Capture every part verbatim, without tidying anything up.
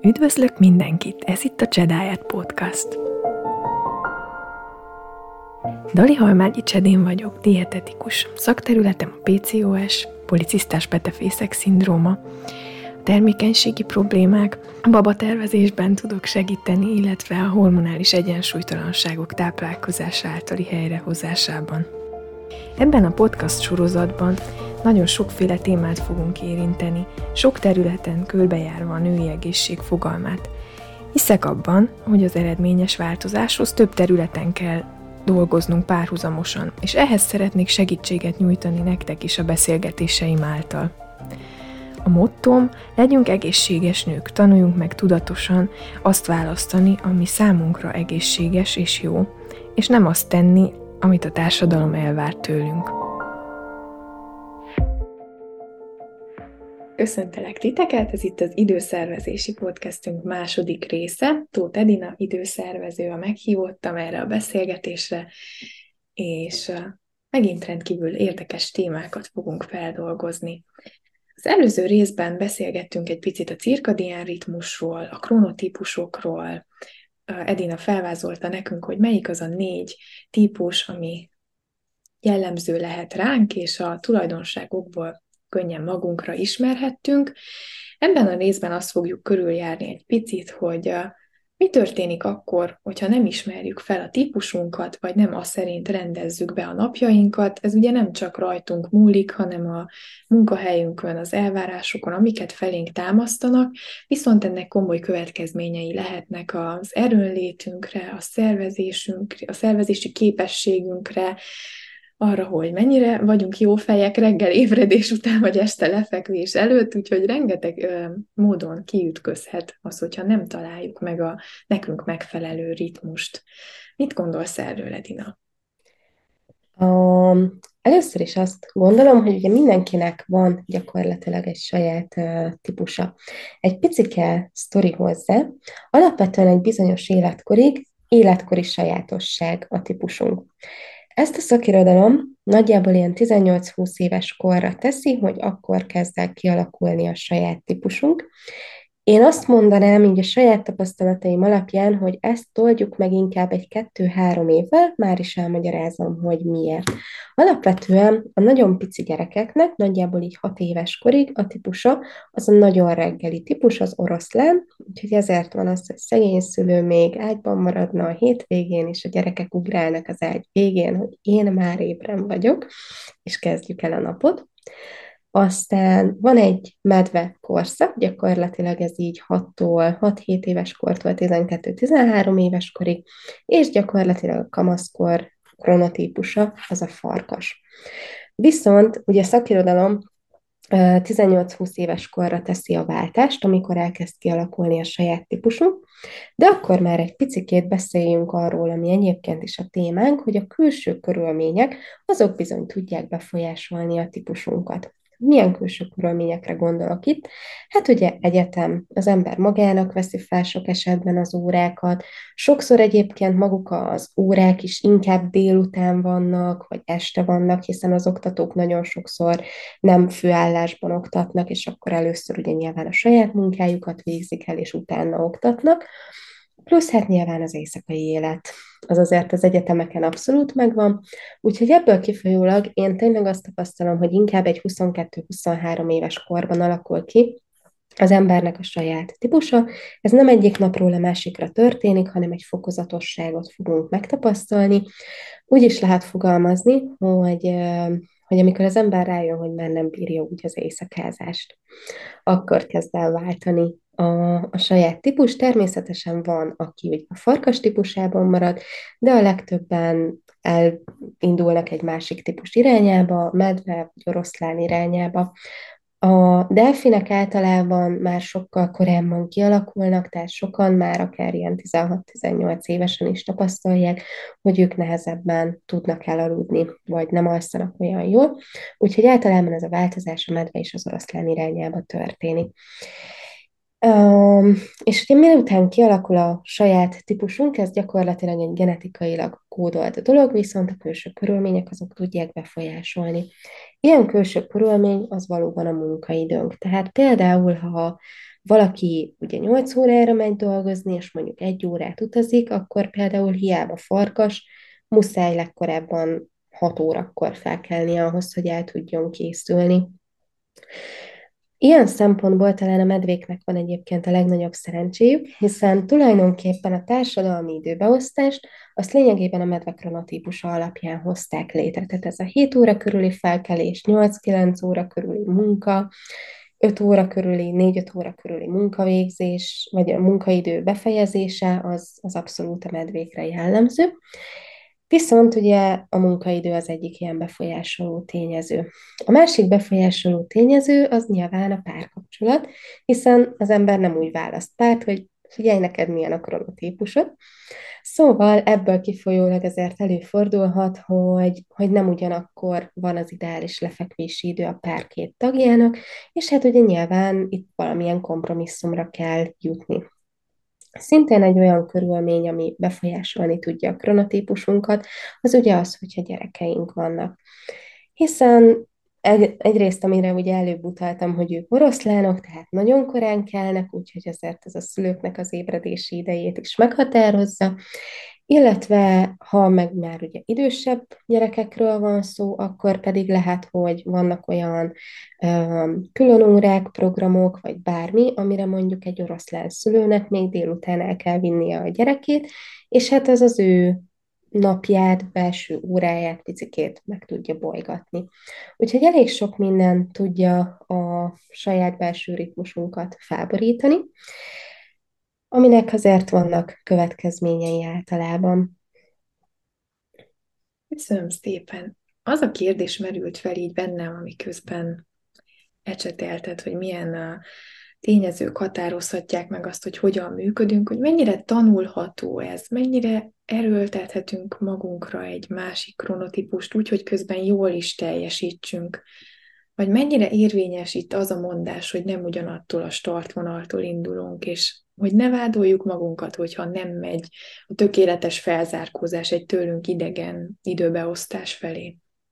Üdvözlök mindenkit, ez itt a Csedáját Podcast. Dali Halmágyi Csedén vagyok, dietetikus. Szakterületem a pé cé o es, policisztás petefészek szindróma, a termékenységi problémák, a babatervezésben tudok segíteni, illetve a hormonális egyensúlytalanságok táplálkozása általi helyrehozásában. Ebben a podcast sorozatban nagyon sokféle témát fogunk érinteni, sok területen körbejárva a női egészség fogalmát. Hiszek abban, hogy az eredményes változáshoz több területen kell dolgoznunk párhuzamosan, és ehhez szeretnék segítséget nyújtani nektek is a beszélgetéseim által. A mottom: legyünk egészséges nők, tanuljunk meg tudatosan azt választani, ami számunkra egészséges és jó, és nem azt tenni, amit a társadalom elvár tőlünk. Köszöntelek titeket, ez itt az időszervezési podcastünk második része. Tóth Edina, időszervező, a meghívottam erre a beszélgetésre, és megint rendkívül érdekes témákat fogunk feldolgozni. Az előző részben beszélgettünk egy picit a cirkadián ritmusról, a kronotípusokról. Edina felvázolta nekünk, hogy melyik az a négy típus, ami jellemző lehet ránk, és a tulajdonságokból könnyen magunkra ismerhettünk. Ebben a részben azt fogjuk körüljárni egy picit, hogy mi történik akkor, hogyha nem ismerjük fel a típusunkat, vagy nem azt szerint rendezzük be a napjainkat. Ez ugye nem csak rajtunk múlik, hanem a munkahelyünkön, az elvárásokon, amiket felénk támasztanak, viszont ennek komoly következményei lehetnek az erőnlétünkre, a szervezésünkre, a szervezési képességünkre, arra, hogy mennyire vagyunk jó fejek reggel ébredés után, vagy este lefekvés előtt, úgyhogy rengeteg ö, módon kiütközhet az, hogyha nem találjuk meg a nekünk megfelelő ritmust. Mit gondolsz erről, Edina? Um, először is azt gondolom, hogy ugye mindenkinek van gyakorlatilag egy saját uh, típusa. Egy picike sztori hozzá, alapvetően egy bizonyos életkorig, életkori sajátosság a típusunk. Ezt a szakirodalom nagyjából ilyen tizennyolc-húsz éves korra teszi, hogy akkor kezd el kialakulni a saját típusunk. Én azt mondanám így a saját tapasztalataim alapján, hogy ezt toldjuk meg inkább egy kettő-három évvel, már is elmagyarázom, hogy miért. Alapvetően a nagyon pici gyerekeknek, nagyjából így hat éves korig a típusa, az a nagyon reggeli típus, az oroszlán, úgyhogy ezért van az, hogy szegény szülő még ágyban maradna a hétvégén, és a gyerekek ugrálnak az ágy végén, hogy én már ébren vagyok, és kezdjük el a napot. Aztán van egy medve korszak, gyakorlatilag ez így hattól, hat-hét éves kortól tizenkettő-tizenhárom éves korig, és gyakorlatilag a kamaszkor kronotípusa az a farkas. Viszont ugye a szakirodalom tizennyolc-húsz éves korra teszi a váltást, amikor elkezd kialakulni a saját típusunk, de akkor már egy picikét beszéljünk arról, ami egyébként is a témánk, hogy a külső körülmények azok bizony tudják befolyásolni a típusunkat. Milyen külső körülményekre gondolok itt? Hát ugye egyetem, az ember magának veszi fel sok esetben az órákat, sokszor egyébként maguk az órák is inkább délután vannak, vagy este vannak, hiszen az oktatók nagyon sokszor nem főállásban oktatnak, és akkor először ugye nyilván a saját munkájukat végzik el, és utána oktatnak. Plusz hát nyilván az éjszakai élet, az azért az egyetemeken abszolút megvan, úgyhogy ebből kifolyólag én tényleg azt tapasztalom, hogy inkább egy huszonkettő-huszonhárom éves korban alakul ki az embernek a saját típusa. Ez nem egyik napról a másikra történik, hanem egy fokozatosságot fogunk megtapasztalni. Úgy is lehet fogalmazni, hogy, hogy amikor az ember rájön, hogy már nem bírja úgy az éjszakázást, akkor kezd el váltani a, a saját típus. Természetesen van, aki ugye a farkas típusában marad, de a legtöbben elindulnak egy másik típus irányába, medve vagy oroszlán irányába. A delfinek általában már sokkal korábban kialakulnak, tehát sokan már akár ilyen tizenhat-tizennyolc évesen is tapasztalják, hogy ők nehezebben tudnak elaludni, vagy nem alszanak olyan jól. Úgyhogy általában ez a változás a medve és az oroszlán irányába történik. Um, és ugye miután kialakul a saját típusunk, ez gyakorlatilag egy genetikailag kódolt dolog, viszont a külső körülmények azok tudják befolyásolni. Ilyen külső körülmény az valóban a munkaidőnk. Tehát például, ha valaki ugye nyolc órára megy dolgozni, és mondjuk egy órát utazik, akkor például hiába farkas, muszáj legkorábban hat órakor felkelni ahhoz, hogy el tudjon készülni. Ilyen szempontból talán a medvéknek van egyébként a legnagyobb szerencséjük, hiszen tulajdonképpen a társadalmi időbeosztást azt lényegében a medve kronotípusa alapján hozták létre. Tehát ez a hét óra körüli felkelés, nyolc-kilenc óra körüli munka, öt óra körüli, négy-öt óra körüli munkavégzés, vagy a munkaidő befejezése, az, az abszolút a medvékre jellemző. Viszont ugye a munkaidő az egyik ilyen befolyásoló tényező. A másik befolyásoló tényező az nyilván a párkapcsolat, hiszen az ember nem úgy választ párt, hogy figyelj, neked milyen a kronotípusod. Szóval ebből kifolyólag ezért előfordulhat, hogy, hogy nem ugyanakkor van az ideális lefekvési idő a pár két tagjának, és hát ugye nyilván itt valamilyen kompromisszumra kell jutni. Szintén egy olyan körülmény, ami befolyásolni tudja a kronotípusunkat, az ugye az, hogyha gyerekeink vannak. Hiszen egy, egyrészt, amire ugye előbb utaltam, hogy ők oroszlánok, tehát nagyon korán kelnek, úgyhogy azért ez a szülőknek az ébredési idejét is meghatározza, illetve ha meg már ugye idősebb gyerekekről van szó, akkor pedig lehet, hogy vannak olyan um, különórák, programok, vagy bármi, amire mondjuk egy oroszlán szülőnek még délután el kell vinnie a gyerekét, és hát ez az ő napját, belső óráját picikét meg tudja bolygatni. Úgyhogy elég sok minden tudja a saját belső ritmusunkat felborítani, aminek azért vannak következményei általában. Köszönöm szépen. Az a kérdés merült fel így bennem, amiközben ecsetelted, hogy milyen a tényezők határozhatják meg azt, hogy hogyan működünk, hogy mennyire tanulható ez, mennyire erőltethetünk magunkra egy másik kronotípust úgy, hogy közben jól is teljesítsünk, vagy mennyire érvényes itt az a mondás, hogy nem ugyanattól a startvonaltól indulunk, és hogy ne vádoljuk magunkat, hogyha nem megy a tökéletes felzárkózás egy tőlünk idegen időbeosztás felé.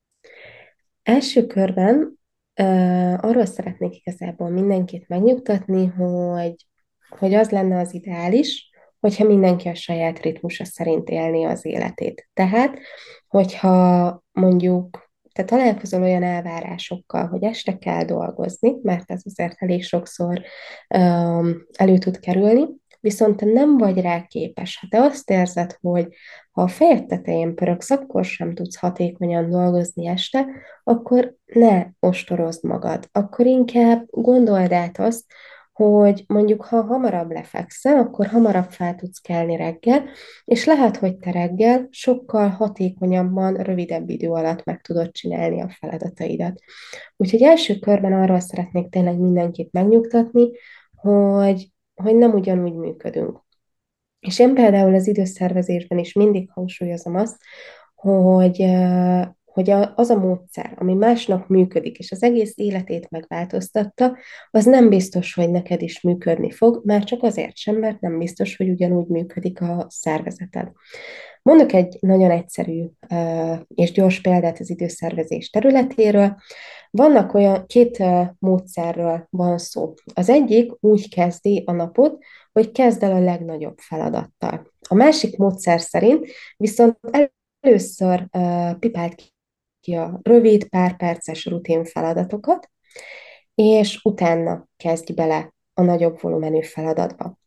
Első körben uh, arról szeretnék igazából mindenkit megnyugtatni, hogy, hogy az lenne az ideális, hogyha mindenki a saját ritmusa szerint élné az életét. Tehát, hogyha mondjuk te találkozol olyan elvárásokkal, hogy este kell dolgozni, mert ez azért elég sokszor um, elő tud kerülni, viszont te nem vagy rá képes. Ha te azt érzed, hogy ha a fejed tetején pörögsz, akkor sem tudsz hatékonyan dolgozni este, akkor ne ostorozd magad. Akkor inkább gondold át azt, hogy mondjuk ha hamarabb lefekszel, akkor hamarabb fel tudsz kelni reggel, és lehet, hogy te reggel sokkal hatékonyabban, rövidebb idő alatt meg tudod csinálni a feladataidat. Úgyhogy első körben arról szeretnék tényleg mindenkit megnyugtatni, hogy, hogy nem ugyanúgy működünk. És én például az időszervezésben is mindig hangsúlyozom azt, hogy, eh, hogy a- az a módszer, ami másnak működik, és az egész életét megváltoztatta, az nem biztos, hogy neked is működni fog, már csak azért sem, mert nem biztos, hogy ugyanúgy működik a szervezeted. Mondok egy nagyon egyszerű eh, és gyors példát az időszervezés területéről. Vannak olyan két eh, módszerről van szó. Az egyik úgy kezdi a napot, hogy kezd el a legnagyobb feladattal. A másik módszer szerint viszont először uh, pipált ki a rövid, pár perces rutin feladatokat, és utána kezdj bele a nagyobb volumenű feladatba.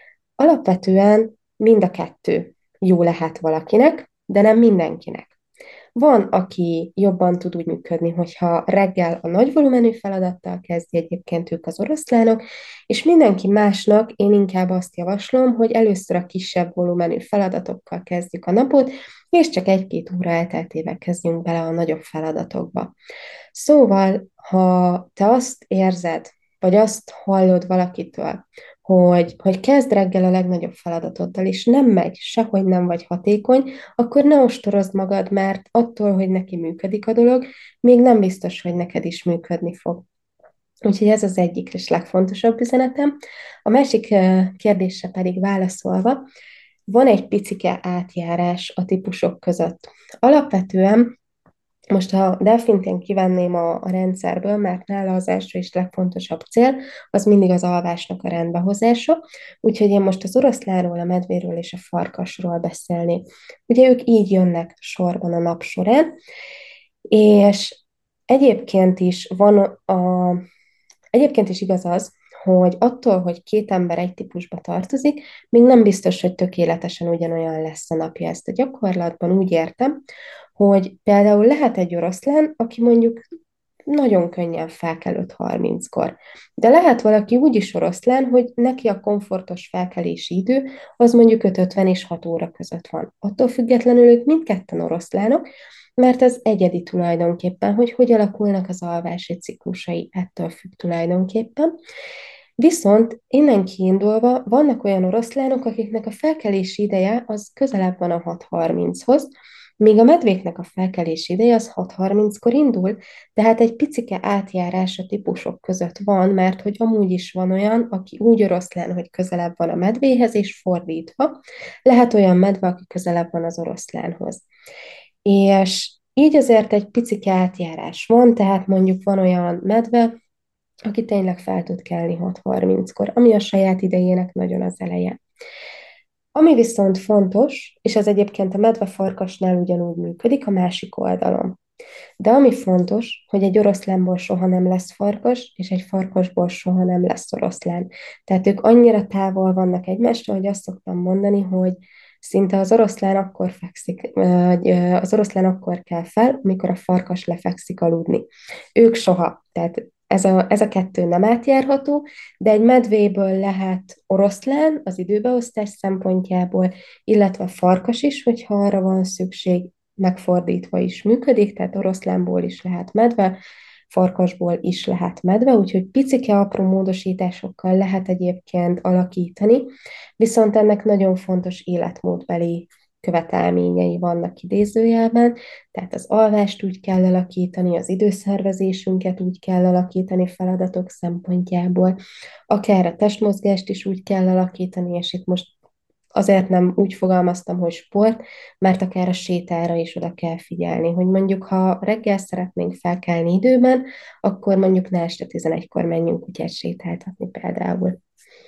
Alapvetően mind a kettő jó lehet valakinek, de nem mindenkinek. Van, aki jobban tud úgy működni, hogyha reggel a nagy volumenű feladattal kezdi, egyébként ők az oroszlánok, és mindenki másnak én inkább azt javaslom, hogy először a kisebb volumenű feladatokkal kezdjük a napot, és csak egy-két óra elteltével kezdjünk bele a nagyobb feladatokba. Szóval, ha te azt érzed, vagy azt hallod valakitől, hogy, hogy kezd reggel a legnagyobb feladatoddal, és nem megy, sehogy nem vagy hatékony, akkor ne ostorozd magad, mert attól, hogy neki működik a dolog, még nem biztos, hogy neked is működni fog. Úgyhogy ez az egyik és legfontosabb üzenetem. A másik eh, kérdésre pedig válaszolva, van egy picike átjárás a típusok között. Alapvetően most a delfint én kivenném a, a rendszerből, mert nála az első és legfontosabb cél az mindig az alvásnak a rendbehozása, úgyhogy én most az oroszlánról, a medvéről és a farkasról beszélnék. Ugye ők így jönnek sorban a nap során, és egyébként is van a, egyébként is igaz az, hogy attól, hogy két ember egy típusba tartozik, még nem biztos, hogy tökéletesen ugyanolyan lesz a napja. Ezt a gyakorlatban úgy értem, hogy például lehet egy oroszlán, aki mondjuk nagyon könnyen felkel öt harminckor. De lehet valaki úgy is oroszlán, hogy neki a komfortos felkelési idő az mondjuk öt ötven és hat óra között van. Attól függetlenül ők mindketten oroszlánok, mert ez egyedi tulajdonképpen, hogy hogy alakulnak az alvási ciklusai, ettől függ tulajdonképpen. Viszont innen kiindulva vannak olyan oroszlánok, akiknek a felkelési ideje az közelebb van a hat harminchoz, míg a medvéknek a felkelési ideje az hat harminckor indul, tehát egy picike átjárás a típusok között van, mert hogy amúgy is van olyan, aki úgy oroszlán, hogy közelebb van a medvéhez, és fordítva. Lehet olyan medve, aki közelebb van az oroszlánhoz. És így azért egy picike átjárás van, tehát mondjuk van olyan medve, aki tényleg fel tud kelni hat harminckor, ami a saját idejének nagyon az eleje. Ami viszont fontos, és ez egyébként a medvefarkasnál ugyanúgy működik a másik oldalon. De ami fontos, hogy egy oroszlánból soha nem lesz farkas, és egy farkasból soha nem lesz oroszlán. Tehát ők annyira távol vannak egymástól, hogy azt szoktam mondani, hogy szinte az oroszlán akkor fekszik, vagy az oroszlán akkor kell fel, amikor a farkas lefekszik aludni. Ők soha. Tehát ez a, ez a kettő nem átjárható, de egy medvéből lehet oroszlán az időbeosztás szempontjából, illetve farkas is, hogyha arra van szükség, megfordítva is működik, tehát oroszlánból is lehet medve, farkasból is lehet medve, úgyhogy picike apró módosításokkal lehet egyébként alakítani, viszont ennek nagyon fontos életmódbeli követelményei vannak idézőjelben, tehát az alvást úgy kell alakítani, az időszervezésünket úgy kell alakítani feladatok szempontjából, akár a testmozgást is úgy kell alakítani, és itt most azért nem úgy fogalmaztam, hogy sport, mert akár a sétára is oda kell figyelni, hogy mondjuk, ha reggel szeretnénk felkelni időben, akkor mondjuk ne este tizenegykor menjünk kutyát sétáltatni például.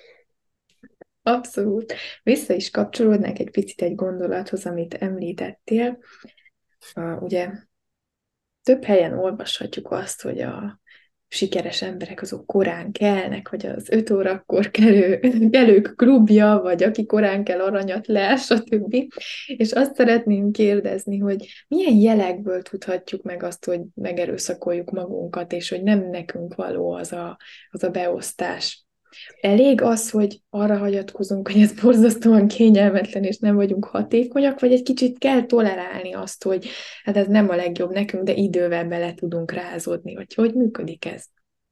Abszolút. Vissza is kapcsolódnék egy picit egy gondolathoz, amit említettél. Uh, ugye több helyen olvashatjuk azt, hogy a sikeres emberek azok korán kelnek, vagy az öt órakor kelő, kelők klubja, vagy aki korán kell aranyat le, stb. És azt szeretném kérdezni, hogy milyen jelekből tudhatjuk meg azt, hogy megerőszakoljuk magunkat, és hogy nem nekünk való az a, az a beosztás. Elég az, hogy arra hagyatkozunk, hogy ez borzasztóan kényelmetlen, és nem vagyunk hatékonyak, vagy egy kicsit kell tolerálni azt, hogy hát ez nem a legjobb nekünk, de idővel bele tudunk rázódni, vagy hogy működik ez?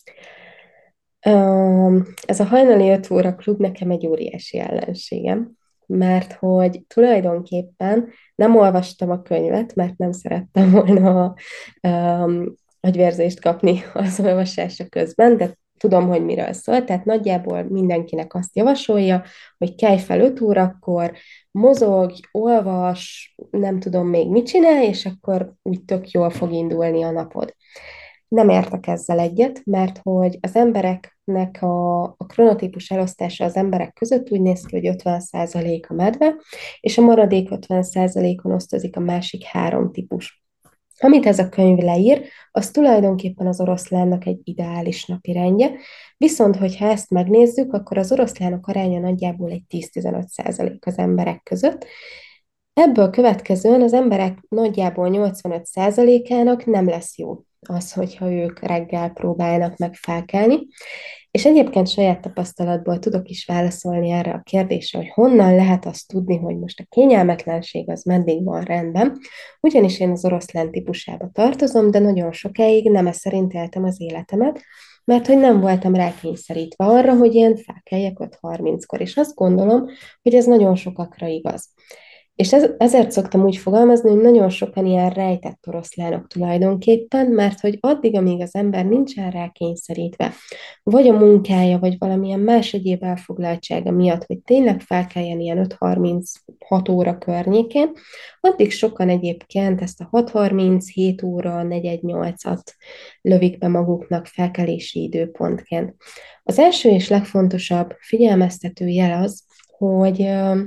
Um, ez a hajnali öt óra klub nekem egy óriási ellenségem, mert hogy tulajdonképpen nem olvastam a könyvet, mert nem szerettem volna um, agyvérzést kapni az olvasása közben, de tudom, hogy miről szól, tehát nagyjából mindenkinek azt javasolja, hogy kelj fel öt órakor, mozogj, olvas, nem tudom még mit csinálj, és akkor úgy tök jól fog indulni a napod. Nem értek ezzel egyet, mert hogy az embereknek a, a kronotípus elosztása az emberek között úgy néz ki, hogy ötven százalék a medve, és a maradék ötven százalékon osztozik a másik három típus. Amit ez a könyv leír, az tulajdonképpen az oroszlánnak egy ideális napirendje, viszont hogyha ezt megnézzük, akkor az oroszlánok aránya nagyjából egy tíz-tizenöt százalék az emberek között. Ebből következően az emberek nagyjából nyolcvanöt százalékának nem lesz jó az, hogyha ők reggel próbálnak meg felkelni. És egyébként saját tapasztalatból tudok is válaszolni erre a kérdésre, hogy honnan lehet azt tudni, hogy most a kényelmetlenség az meddig van rendben, ugyanis én az oroszlán típusába tartozom, de nagyon sokáig nem e szerint éltem az életemet, mert hogy nem voltam rákényszerítve arra, hogy én felkeljek öt harminckor, és azt gondolom, hogy ez nagyon sokakra igaz. És ez, ezért szoktam úgy fogalmazni, hogy nagyon sokan ilyen rejtett oroszlánok tulajdonképpen, mert hogy addig, amíg az ember nincsen rá kényszerítve, vagy a munkája, vagy valamilyen más egyéb elfoglaltsága miatt, hogy tényleg felkeljen ilyen öt harminchat óra környékén, addig sokan egyébként ezt a hat harminc, hét óra, negyven nyolcat lövik be maguknak felkelési időpontként. Az első és legfontosabb figyelmeztető jel az, hogy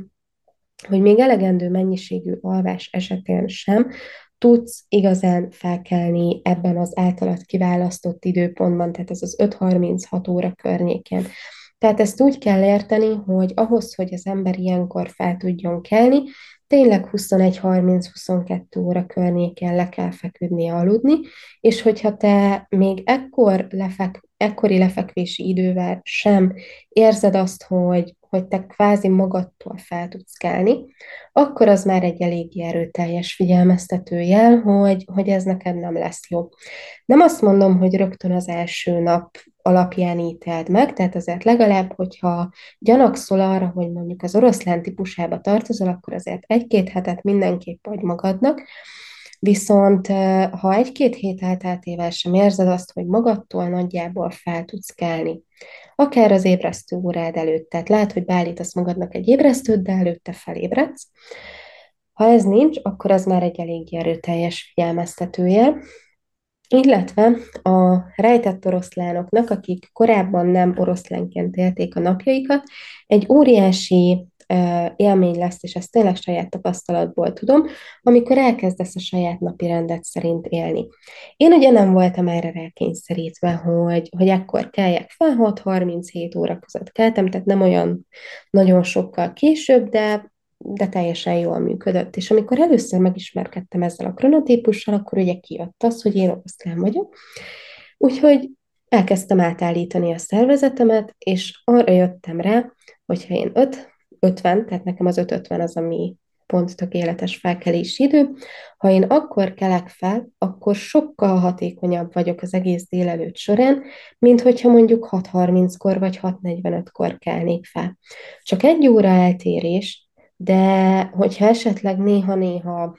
hogy még elegendő mennyiségű alvás esetén sem tudsz igazán felkelni ebben az általad kiválasztott időpontban, tehát ez az öt harminchat óra környékén. Tehát ezt úgy kell érteni, hogy ahhoz, hogy az ember ilyenkor fel tudjon kelni, tényleg huszonegy harminc huszonkettő óra környékén le kell feküdnie aludni, és hogyha te még ekkor lefek, ekkori lefekvési idővel sem érzed azt, hogy, hogy te kvázi magadtól fel tudsz kelni, akkor az már egy eléggé erőteljes figyelmeztető jel, hogy, hogy ez neked nem lesz jó. Nem azt mondom, hogy rögtön az első nap alapján íteld meg, tehát azért legalább, hogyha gyanakszol arra, hogy mondjuk az oroszlán típusába tartozol, akkor azért egy-két hetet mindenképp adj magadnak, viszont ha egy-két hét elteltével sem érzed azt, hogy magadtól nagyjából fel tudsz kelni, akár az ébresztő órád előtt, tehát lehet, hogy beállítasz magadnak egy ébresztőt, de előtte felébredsz. Ha ez nincs, akkor az már egy elég erőteljes figyelmeztetője, illetve a rejtett oroszlánoknak, akik korábban nem oroszlánként élték a napjaikat, egy óriási élmény lesz, és ezt tényleg saját tapasztalatból tudom, amikor elkezdesz a saját napi rendet szerint élni. Én ugye nem voltam erre rákényszerítve, hogy, hogy ekkor keljek fel, hat harminchét óra között keltem, tehát nem olyan nagyon sokkal később, de de teljesen jól működött. És amikor először megismerkedtem ezzel a kronotípussal, akkor ugye kijött az, hogy én oroszlán vagyok. Úgyhogy elkezdtem átállítani a szervezetemet, és arra jöttem rá, hogyha én öt ötven, tehát nekem az öt ötven az, ami pont tökéletes felkelési idő, ha én akkor kelek fel, akkor sokkal hatékonyabb vagyok az egész délelőtt során, mint hogyha mondjuk hat harminckor vagy hat negyvenötkor kelnék fel. Csak egy óra eltérés, de hogyha esetleg néha-néha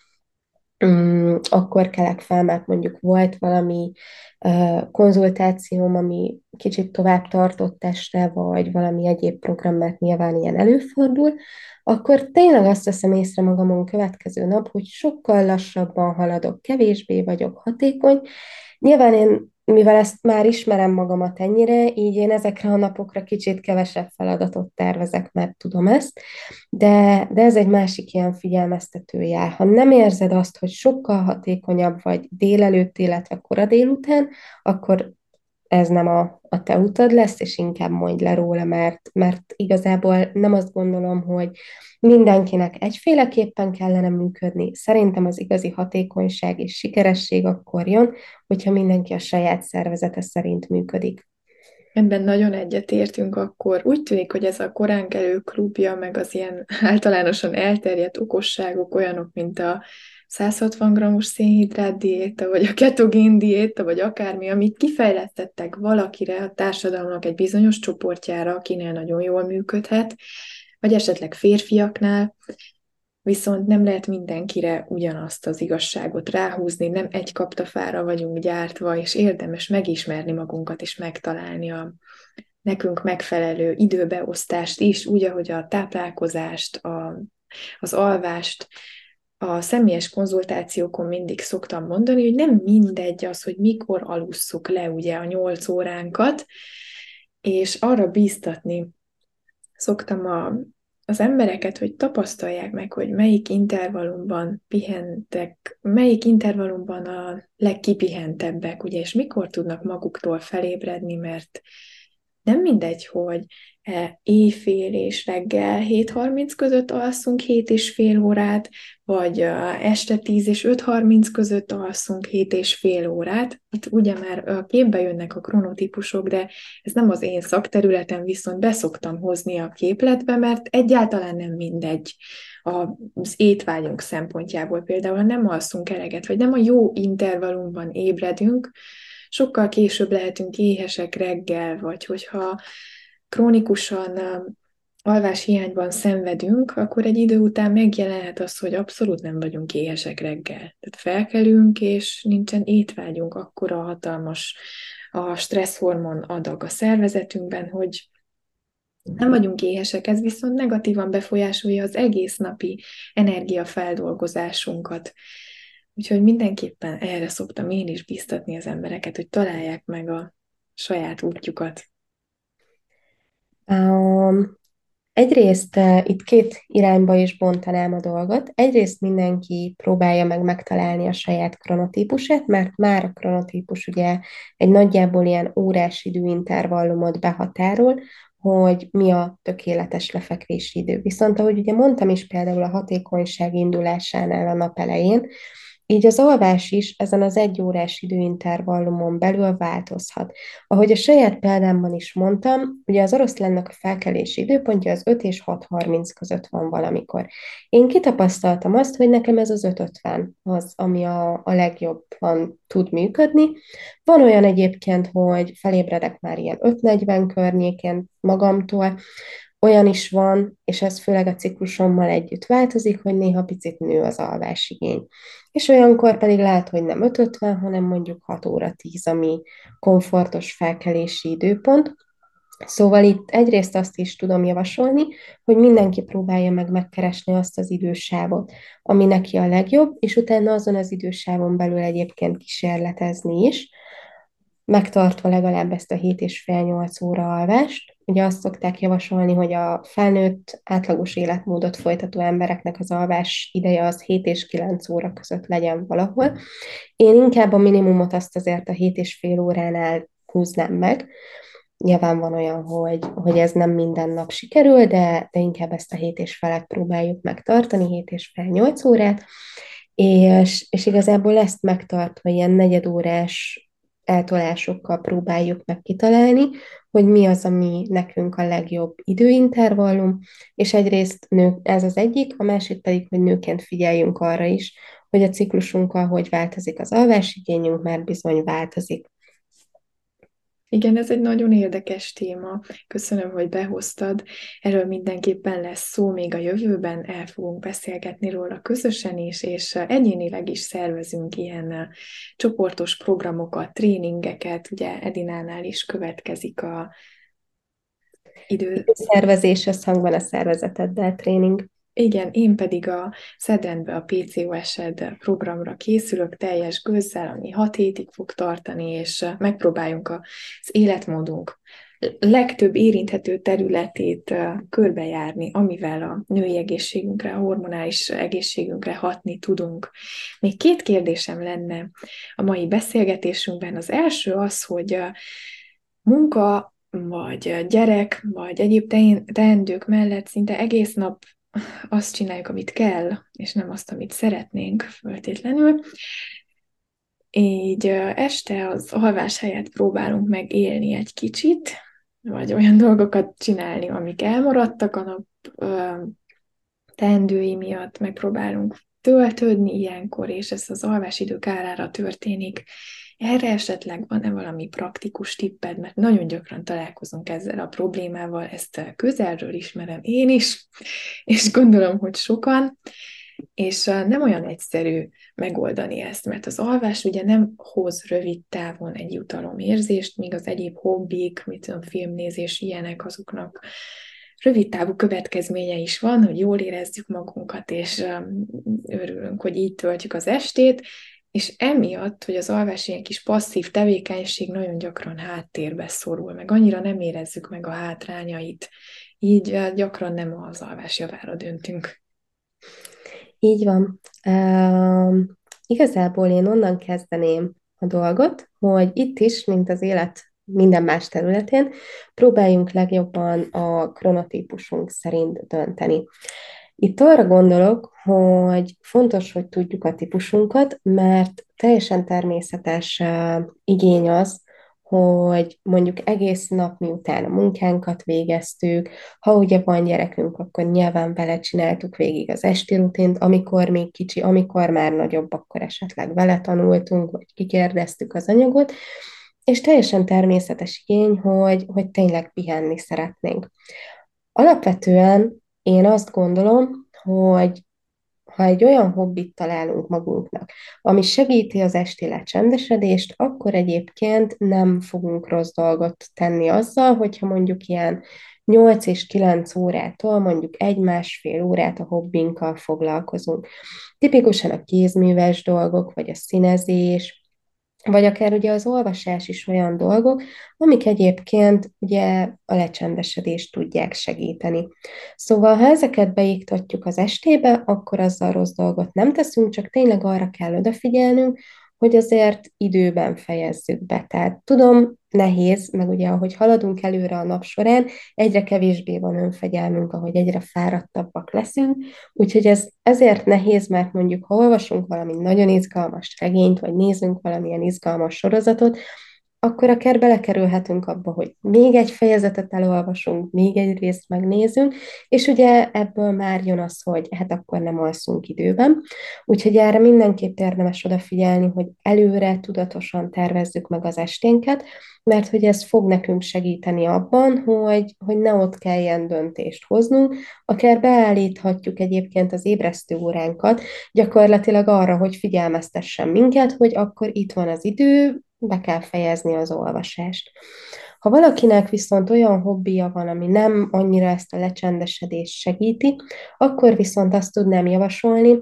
um, akkor kelek fel, mert mondjuk volt valami uh, konzultációm, ami kicsit tovább tartott este, vagy valami egyéb program, mert nyilván ilyen előfordul, akkor tényleg azt veszem észre magamon következő nap, hogy sokkal lassabban haladok, kevésbé vagyok hatékony. Nyilván én, mivel ezt már ismerem magamat ennyire, így én ezekre a napokra kicsit kevesebb feladatot tervezek, mert tudom ezt, de, de ez egy másik ilyen figyelmeztető jel. Ha nem érzed azt, hogy sokkal hatékonyabb vagy délelőtt, illetve kora délután, akkor ez nem a, a te utad lesz, és inkább mondj le róla, mert, mert igazából nem azt gondolom, hogy mindenkinek egyféleképpen kellene működni. Szerintem az igazi hatékonyság és sikeresség akkor jön, hogyha mindenki a saját szervezete szerint működik. Ebben nagyon egyetértünk akkor. Úgy tűnik, hogy ez a koránkelő klubja, meg az ilyen általánosan elterjedt okosságok olyanok, mint a száz hatvan grammos szénhidrát diéta, vagy a ketogén diéta, vagy akármi, amit kifejlesztettek valakire, a társadalomnak egy bizonyos csoportjára, akinél nagyon jól működhet, vagy esetleg férfiaknál, viszont nem lehet mindenkire ugyanazt az igazságot ráhúzni, nem egy kaptafára vagyunk gyártva, és érdemes megismerni magunkat, és megtalálni a nekünk megfelelő időbeosztást is, úgy, ahogy a táplálkozást, a, az alvást. A személyes konzultációkon mindig szoktam mondani, hogy nem mindegy az, hogy mikor alusszuk le ugye a nyolc óránkat, és arra bíztatni szoktam a az embereket, hogy tapasztalják meg, hogy melyik intervallumban pihentek, melyik intervallumban a legkipihentebbek, ugye, és mikor tudnak maguktól felébredni, mert nem mindegy, hogy éjfél és reggel hét harminc között alszunk hét és fél órát, vagy este tíz és öt harminc között alszunk hét és fél órát. Itt ugye már képbe jönnek a kronotípusok, de ez nem az én szakterületem, viszont beszoktam hozni a képletbe, mert egyáltalán nem mindegy az étvágyunk szempontjából. Például, ha nem alszunk eleget, vagy nem a jó intervallumban ébredünk, sokkal később lehetünk éhesek reggel, vagy hogyha krónikusan alvás hiányban szenvedünk, akkor egy idő után megjelenhet az, hogy abszolút nem vagyunk éhesek reggel. Tehát felkelünk, és nincsen étvágyunk, akkora hatalmas a stresszhormon adag a szervezetünkben, hogy nem vagyunk éhesek, ez viszont negatívan befolyásolja az egész napi energiafeldolgozásunkat. Úgyhogy mindenképpen erre szoktam én is biztatni az embereket, hogy találják meg a saját útjukat. Um, Egyrészt eh, itt két irányba is bontanám a dolgot. Egyrészt mindenki próbálja meg megtalálni a saját kronotípusát, mert már a kronotípus ugye egy nagyjából ilyen órás időintervallumot behatárol, hogy mi a tökéletes lefekvési idő. Viszont ahogy ugye mondtam is például a hatékonyság indulásánál a nap elején, így az alvás is ezen az egy órás időintervallumon belül változhat. Ahogy a saját példámban is mondtam, ugye az oroszlánnak a felkelési időpontja az öt és hat harminc között van valamikor. Én kitapasztaltam azt, hogy nekem ez az öt ötven az, ami a, a legjobban tud működni. Van olyan egyébként, hogy felébredek már ilyen öt negyven környékén magamtól, olyan is van, és ez főleg a ciklusommal együtt változik, hogy néha picit nő az alvásigény. És olyankor pedig lehet, hogy nem öt ötven, hanem mondjuk hat óra tíz, ami komfortos felkelési időpont. Szóval itt egyrészt azt is tudom javasolni, hogy mindenki próbálja meg megkeresni azt az idősávot, ami neki a legjobb, és utána azon az idősávon belül egyébként kísérletezni is, megtartva legalább ezt a hét és fél nyolc óra alvást. Ugye azt szokták javasolni, hogy a felnőtt átlagos életmódot folytató embereknek az alvás ideje az hét és kilenc óra között legyen valahol. Én inkább a minimumot azt azért a hét és fél óránál húznám meg. Nyilván van olyan, hogy, hogy ez nem minden nap sikerül, de, de inkább ezt a hét és felet próbáljuk megtartani, hét és fél nyolc órát, és, és igazából ezt megtartva ilyen negyedórás eltolásokkal próbáljuk meg kitalálni, hogy mi az, ami nekünk a legjobb időintervallum, és egyrészt nő, ez az egyik, a másik pedig, hogy nőként figyeljünk arra is, hogy a ciklusunkkal hogy változik az alvásigényünk, mert bizony változik. Igen, ez egy nagyon érdekes téma. Köszönöm, hogy behoztad. Erről mindenképpen lesz szó még a jövőben, el fogunk beszélgetni róla közösen is, és egyénileg is szervezünk ilyen csoportos programokat, tréningeket. Ugye Edinánál is következik a idő. Szervezés összhangban a szervezeteddel tréning. Igen, én pedig a Szedrendbe a pé cé o es-ed programra készülök teljes gőzzel, ami hat hétig fog tartani, és megpróbáljunk az életmódunk legtöbb érinthető területét körbejárni, amivel a női egészségünkre, a hormonális egészségünkre hatni tudunk. Még két kérdésem lenne a mai beszélgetésünkben. Az első az, hogy munka, vagy gyerek, vagy egyéb teendők mellett szinte egész nap azt csináljuk, amit kell, és nem azt, amit szeretnénk föltétlenül. Így este az alvás helyett próbálunk meg élni egy kicsit, vagy olyan dolgokat csinálni, amik elmaradtak a nap teendői miatt, megpróbálunk töltődni ilyenkor, és ez az alvásidő kárára történik. Erre esetleg van-e valami praktikus tipped, mert nagyon gyakran találkozunk ezzel a problémával, ezt közelről ismerem én is, és gondolom, hogy sokan, és nem olyan egyszerű megoldani ezt, mert az alvás ugye nem hoz rövid távon egy jutalomérzést, míg az egyéb hobbik, mit tudom, filmnézés, ilyenek, azoknak rövid távú következménye is van, hogy jól érezzük magunkat, és örülünk, hogy így töltjük az estét, és emiatt, hogy az alvás ilyen kis passzív tevékenység nagyon gyakran háttérbe szorul, meg annyira nem érezzük meg a hátrányait, így gyakran nem az alvás javára döntünk. Így van. Uh, igazából én onnan kezdeném a dolgot, hogy itt is, mint az élet minden más területén, próbáljunk legjobban a kronotípusunk szerint dönteni. Itt arra gondolok, hogy fontos, hogy tudjuk a típusunkat, mert teljesen természetes uh, igény az, hogy mondjuk egész nap miután a munkánkat végeztük, ha ugye van gyerekünk, akkor nyilván vele csináltuk végig az esti rutint, amikor még kicsi, amikor már nagyobb, akkor esetleg vele tanultunk, vagy kikérdeztük az anyagot, és teljesen természetes igény, hogy, hogy tényleg pihenni szeretnénk. Alapvetően én azt gondolom, hogy ha egy olyan hobbit találunk magunknak, ami segíti az esti lecsendesedést, akkor egyébként nem fogunk rossz dolgot tenni azzal, hogyha mondjuk ilyen nyolc és kilenc órától mondjuk egy-másfél órát a hobbinkkal foglalkozunk. Tipikusan a kézműves dolgok, vagy a színezés, vagy akár ugye az olvasás is olyan dolgok, amik egyébként ugye a lecsendesedést tudják segíteni. Szóval, ha ezeket beiktatjuk az estébe, akkor azzal rossz dolgot nem teszünk, csak tényleg arra kell odafigyelnünk, hogy azért időben fejezzük be. Tehát tudom, nehéz, meg ugye ahogy haladunk előre a nap során, egyre kevésbé van önfegyelmünk, ahogy egyre fáradtabbak leszünk, úgyhogy ez ezért nehéz, mert mondjuk ha olvasunk valami nagyon izgalmas regényt, vagy nézünk valamilyen izgalmas sorozatot, akkor akár belekerülhetünk abba, hogy még egy fejezetet elolvasunk, még egy részt megnézünk, és ugye ebből már jön az, hogy hát akkor nem alszunk időben. Úgyhogy erre mindenképp érdemes odafigyelni, hogy előre tudatosan tervezzük meg az esténket, mert hogy ez fog nekünk segíteni abban, hogy, hogy ne ott kelljen döntést hoznunk, akár beállíthatjuk egyébként az ébresztő óránkat gyakorlatilag arra, hogy figyelmeztessen minket, hogy akkor itt van az idő, be kell fejezni az olvasást. Ha valakinek viszont olyan hobbija van, ami nem annyira ezt a lecsendesedést segíti, akkor viszont azt tudnám javasolni,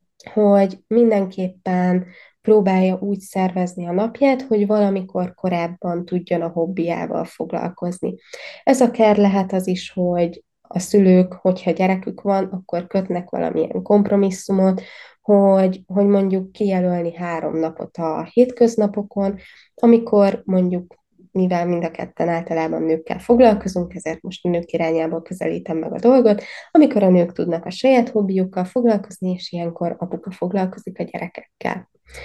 hogy mindenképpen próbálja úgy szervezni a napját, hogy valamikor korábban tudjon a hobbiával foglalkozni. Ez akár lehet az is, hogy a szülők, hogyha gyerekük van, akkor kötnek valamilyen kompromisszumot, hogy, hogy mondjuk kijelölni három napot a hétköznapokon, amikor mondjuk mivel mind a ketten általában nőkkel foglalkozunk, ezért most a nők irányából közelítem meg a dolgot, amikor a nők tudnak a saját hobbiukkal foglalkozni, és ilyenkor apuka foglalkozik a gyerekekkel.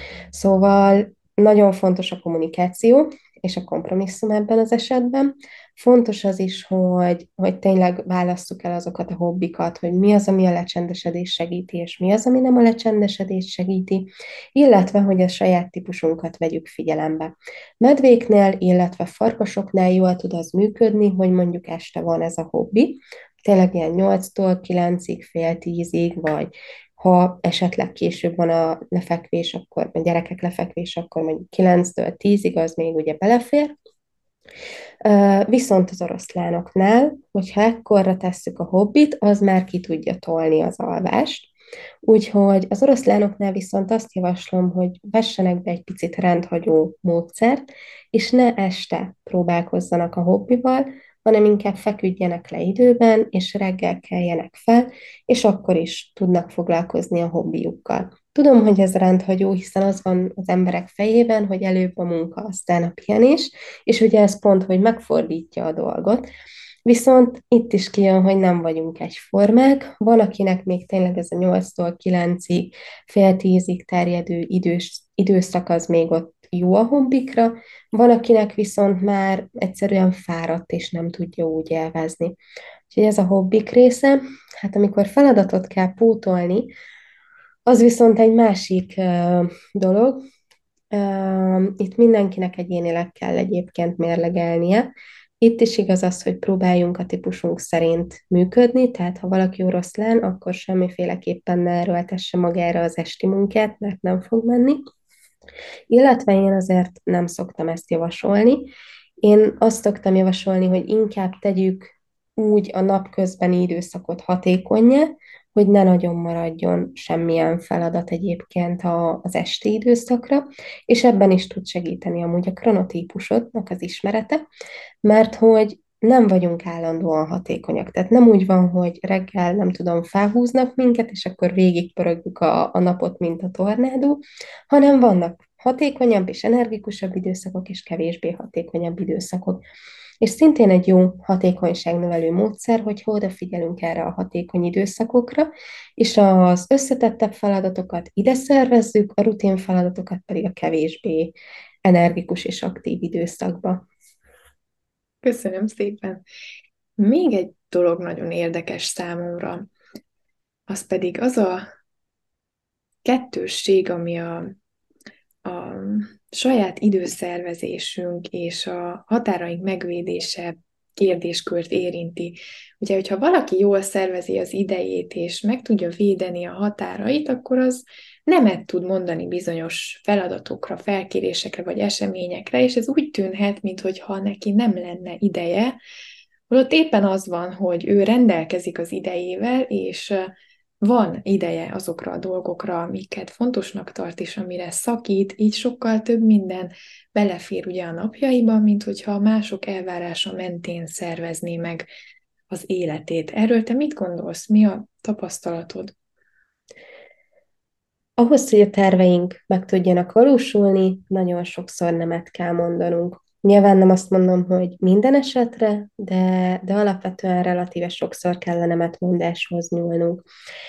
Szóval nagyon fontos a kommunikáció és a kompromisszum ebben az esetben. Fontos az is, hogy, hogy tényleg válasszuk el azokat a hobbikat, hogy mi az, ami a lecsendesedés segíti, és mi az, ami nem a lecsendesedés segíti, illetve, hogy a saját típusunkat vegyük figyelembe. Medvéknél, illetve farkasoknál jól tud az működni, hogy mondjuk este van ez a hobbi, tényleg ilyen nyolctól kilencig, fél tízig, vagy ha esetleg később van a lefekvés, akkor a gyerekek lefekvés, akkor mondjuk kilenctől tízig az még ugye belefér. Viszont az oroszlánoknál, hogyha ekkorra tesszük a hobbit, az már ki tudja tolni az alvást. Úgyhogy az oroszlánoknál viszont azt javaslom, hogy vessenek be egy picit rendhagyó módszert, és ne este próbálkozzanak a hobbival, hanem inkább feküdjenek le időben, és reggel keljenek fel, és akkor is tudnak foglalkozni a hobbiukkal. Tudom, hogy ez rendhagyó, hiszen az van az emberek fejében, hogy előbb a munka, aztán a pihenés, és ugye ez pont, hogy megfordítja a dolgot. Viszont itt is kijön, hogy nem vagyunk egyformák. Van, akinek még tényleg ez a nyolctól kilencig, fél tízig terjedő idős, időszak az még ott jó a hobbikra, van, akinek viszont már egyszerűen fáradt és nem tudja úgy élvezni. Úgyhogy ez a hobbik része. Hát amikor feladatot kell pótolni, az viszont egy másik uh, dolog. Uh, itt mindenkinek egyénileg kell egyébként mérlegelnie. Itt is igaz az, hogy próbáljunk a típusunk szerint működni, tehát ha valaki oroszlán, akkor semmiféleképpen ne erőltesse magára az esti munkát, mert nem fog menni. Illetve én azért nem szoktam ezt javasolni. Én azt szoktam javasolni, hogy inkább tegyük úgy a napközbeni időszakot hatékonnyá, hogy ne nagyon maradjon semmilyen feladat egyébként a, az esti időszakra, és ebben is tud segíteni amúgy a kronotípusodnak az ismerete, mert hogy nem vagyunk állandóan hatékonyak. Tehát nem úgy van, hogy reggel, nem tudom, felhúznak minket, és akkor végigpörögjük a, a napot, mint a tornádó, hanem vannak hatékonyabb és energikusabb időszakok, és kevésbé hatékonyabb időszakok. És szintén egy jó hatékonyságnövelő módszer, hogy odafigyelünk erre a hatékony időszakokra, és az összetettebb feladatokat ide szervezzük, a rutin feladatokat pedig a kevésbé energikus és aktív időszakba. Köszönöm szépen. Még egy dolog nagyon érdekes számomra, az pedig az a kettősség, ami a, a saját időszervezésünk és a határaink megvédése kérdéskört érinti. Ugye, hogyha valaki jól szervezi az idejét, és meg tudja védeni a határait, akkor az nemet tud mondani bizonyos feladatokra, felkérésekre vagy eseményekre, és ez úgy tűnhet, mintha neki nem lenne ideje, holott éppen az van, hogy ő rendelkezik az idejével, és van ideje azokra a dolgokra, amiket fontosnak tart, és amire szakít, így sokkal több minden belefér ugye a napjaiba, mint hogyha mások elvárása mentén szervezné meg az életét. Erről te mit gondolsz? Mi a tapasztalatod? Ahhoz, hogy a terveink meg tudjanak valósulni, nagyon sokszor nemet kell mondanunk. Nyilván nem azt mondom, hogy minden esetre, de, de alapvetően relatíve sokszor kell a nemetmondáshoz nyúlnunk.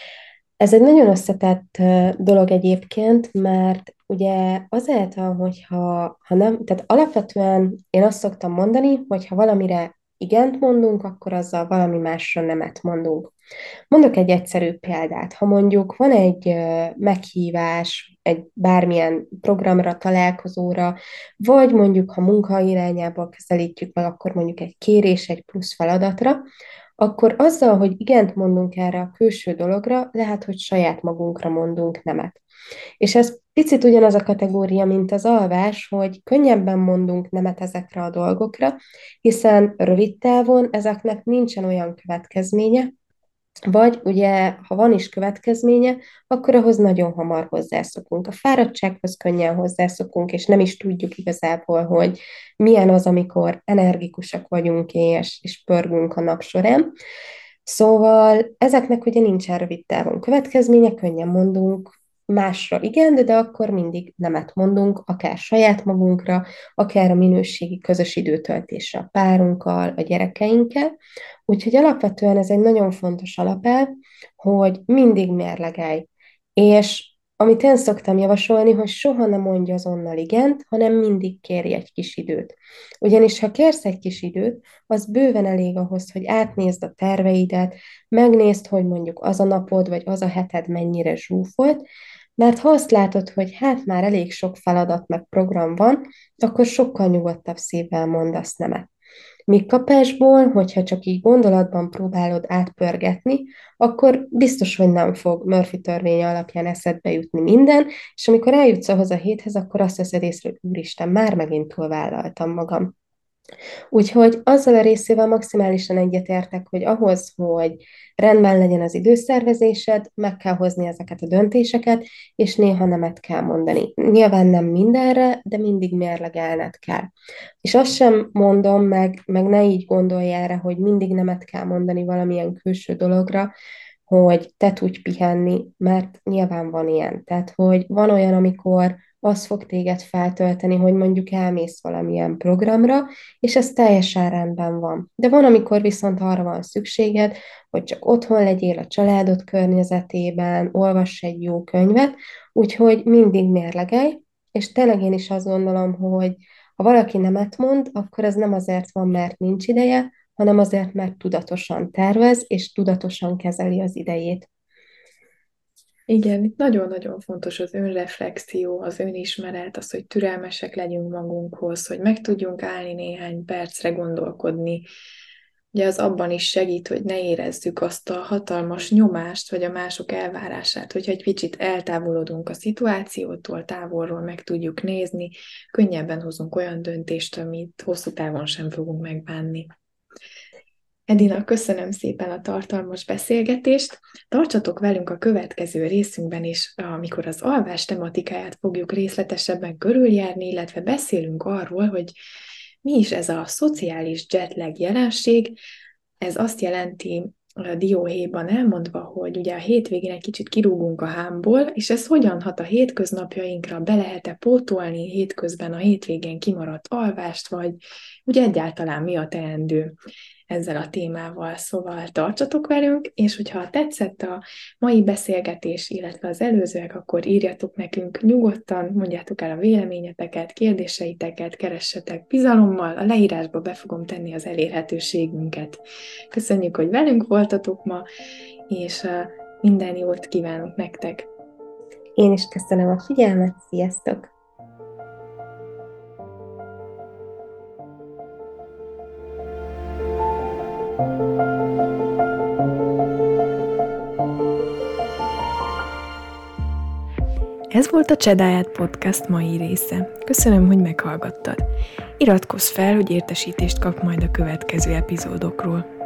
Ez egy nagyon összetett ö, dolog egyébként, mert ugye azáltal, hogyha ha nem, tehát alapvetően én azt szoktam mondani, hogy ha valamire igent mondunk, akkor azzal valami másra nemet mondunk. Mondok egy egyszerű példát. Ha mondjuk van egy ö, meghívás, egy bármilyen programra, találkozóra, vagy mondjuk, ha munka irányába közelítjük meg, akkor mondjuk egy kérés, egy plusz feladatra, akkor azzal, hogy igent mondunk erre a külső dologra, lehet, hogy saját magunkra mondunk nemet. És ez picit ugyanaz a kategória, mint az alvás, hogy könnyebben mondunk nemet ezekre a dolgokra, hiszen rövid távon ezeknek nincsen olyan következménye, vagy ugye, ha van is következménye, akkor ahhoz nagyon hamar hozzászokunk. A fáradtsághoz könnyen hozzászokunk, és nem is tudjuk igazából, hogy milyen az, amikor energikusak vagyunk és, és pörgünk a nap során. Szóval ezeknek ugye nincsen rövid távon következménye, könnyen mondunk másra igen, de, de akkor mindig nemet mondunk, akár saját magunkra, akár a minőségi közös időtöltésre a párunkkal, a gyerekeinkkel. Úgyhogy alapvetően ez egy nagyon fontos alapelv, hogy mindig mérlegelj. És amit én szoktam javasolni, hogy soha ne mondj azonnal igent, hanem mindig kérj egy kis időt. Ugyanis ha kérsz egy kis időt, az bőven elég ahhoz, hogy átnézd a terveidet, megnézd, hogy mondjuk az a napod, vagy az a heted mennyire zsúfolt, mert ha azt látod, hogy hát már elég sok feladat meg program van, akkor sokkal nyugodtabb szívvel mondasz nemet. Míg kapásból, hogyha csak így gondolatban próbálod átpörgetni, akkor biztos, hogy nem fog Murphy törvénye alapján eszedbe jutni minden, és amikor eljutsz ahhoz a héthez, akkor azt veszed észre, hogy úristen, már megint túlvállaltam magam. Úgyhogy azzal a részével maximálisan egyetértek, hogy ahhoz, hogy rendben legyen az időszervezésed, meg kell hozni ezeket a döntéseket, és néha nemet kell mondani. Nyilván nem mindenre, de mindig mérlegelned kell. És azt sem mondom, meg, meg ne így gondolj erre, hogy mindig nemet kell mondani valamilyen külső dologra, hogy te tudj pihenni, mert nyilván van ilyen. Tehát, hogy van olyan, amikor az fog téged feltölteni, hogy mondjuk elmész valamilyen programra, és ez teljesen rendben van. De van, amikor viszont arra van szükséged, hogy csak otthon legyél a családod környezetében, olvass egy jó könyvet, úgyhogy mindig mérlegelj, és tényleg én is azt gondolom, hogy ha valaki nemet mond, akkor ez nem azért van, mert nincs ideje, hanem azért, mert tudatosan tervez, és tudatosan kezeli az idejét. Igen, itt nagyon-nagyon fontos az önreflexió, az önismeret, az, hogy türelmesek legyünk magunkhoz, hogy meg tudjunk állni néhány percre gondolkodni. Ugye az abban is segít, hogy ne érezzük azt a hatalmas nyomást, vagy a mások elvárását, hogyha egy kicsit eltávolodunk a szituációtól, távolról meg tudjuk nézni, könnyebben hozunk olyan döntést, amit hosszú távon sem fogunk megbánni. Edina, köszönöm szépen a tartalmas beszélgetést. Tartsatok velünk a következő részünkben is, amikor az alvás tematikáját fogjuk részletesebben körüljárni, illetve beszélünk arról, hogy mi is ez a szociális jetlag jelenség. Ez azt jelenti, a dióhéjban elmondva, hogy ugye a hétvégén egy kicsit kirúgunk a hámból, és ez hogyan hat a hétköznapjainkra, be lehet-e pótolni hétközben a hétvégén kimaradt alvást, vagy ugye egyáltalán mi a teendő ezzel a témával. Szóval tartsatok velünk, és hogyha tetszett a mai beszélgetés, illetve az előzőek, akkor írjatok nekünk nyugodtan, mondjátok el a véleményeteket, kérdéseiteket, keressetek bizalommal, a leírásba be fogom tenni az elérhetőségünket. Köszönjük, hogy velünk voltatok ma, és minden jót kívánok nektek! Én is köszönöm a figyelmet, sziasztok! Ez volt a Csedáját Podcast mai része. Köszönöm, hogy meghallgattad. Iratkozz fel, hogy értesítést kapj majd a következő epizódokról.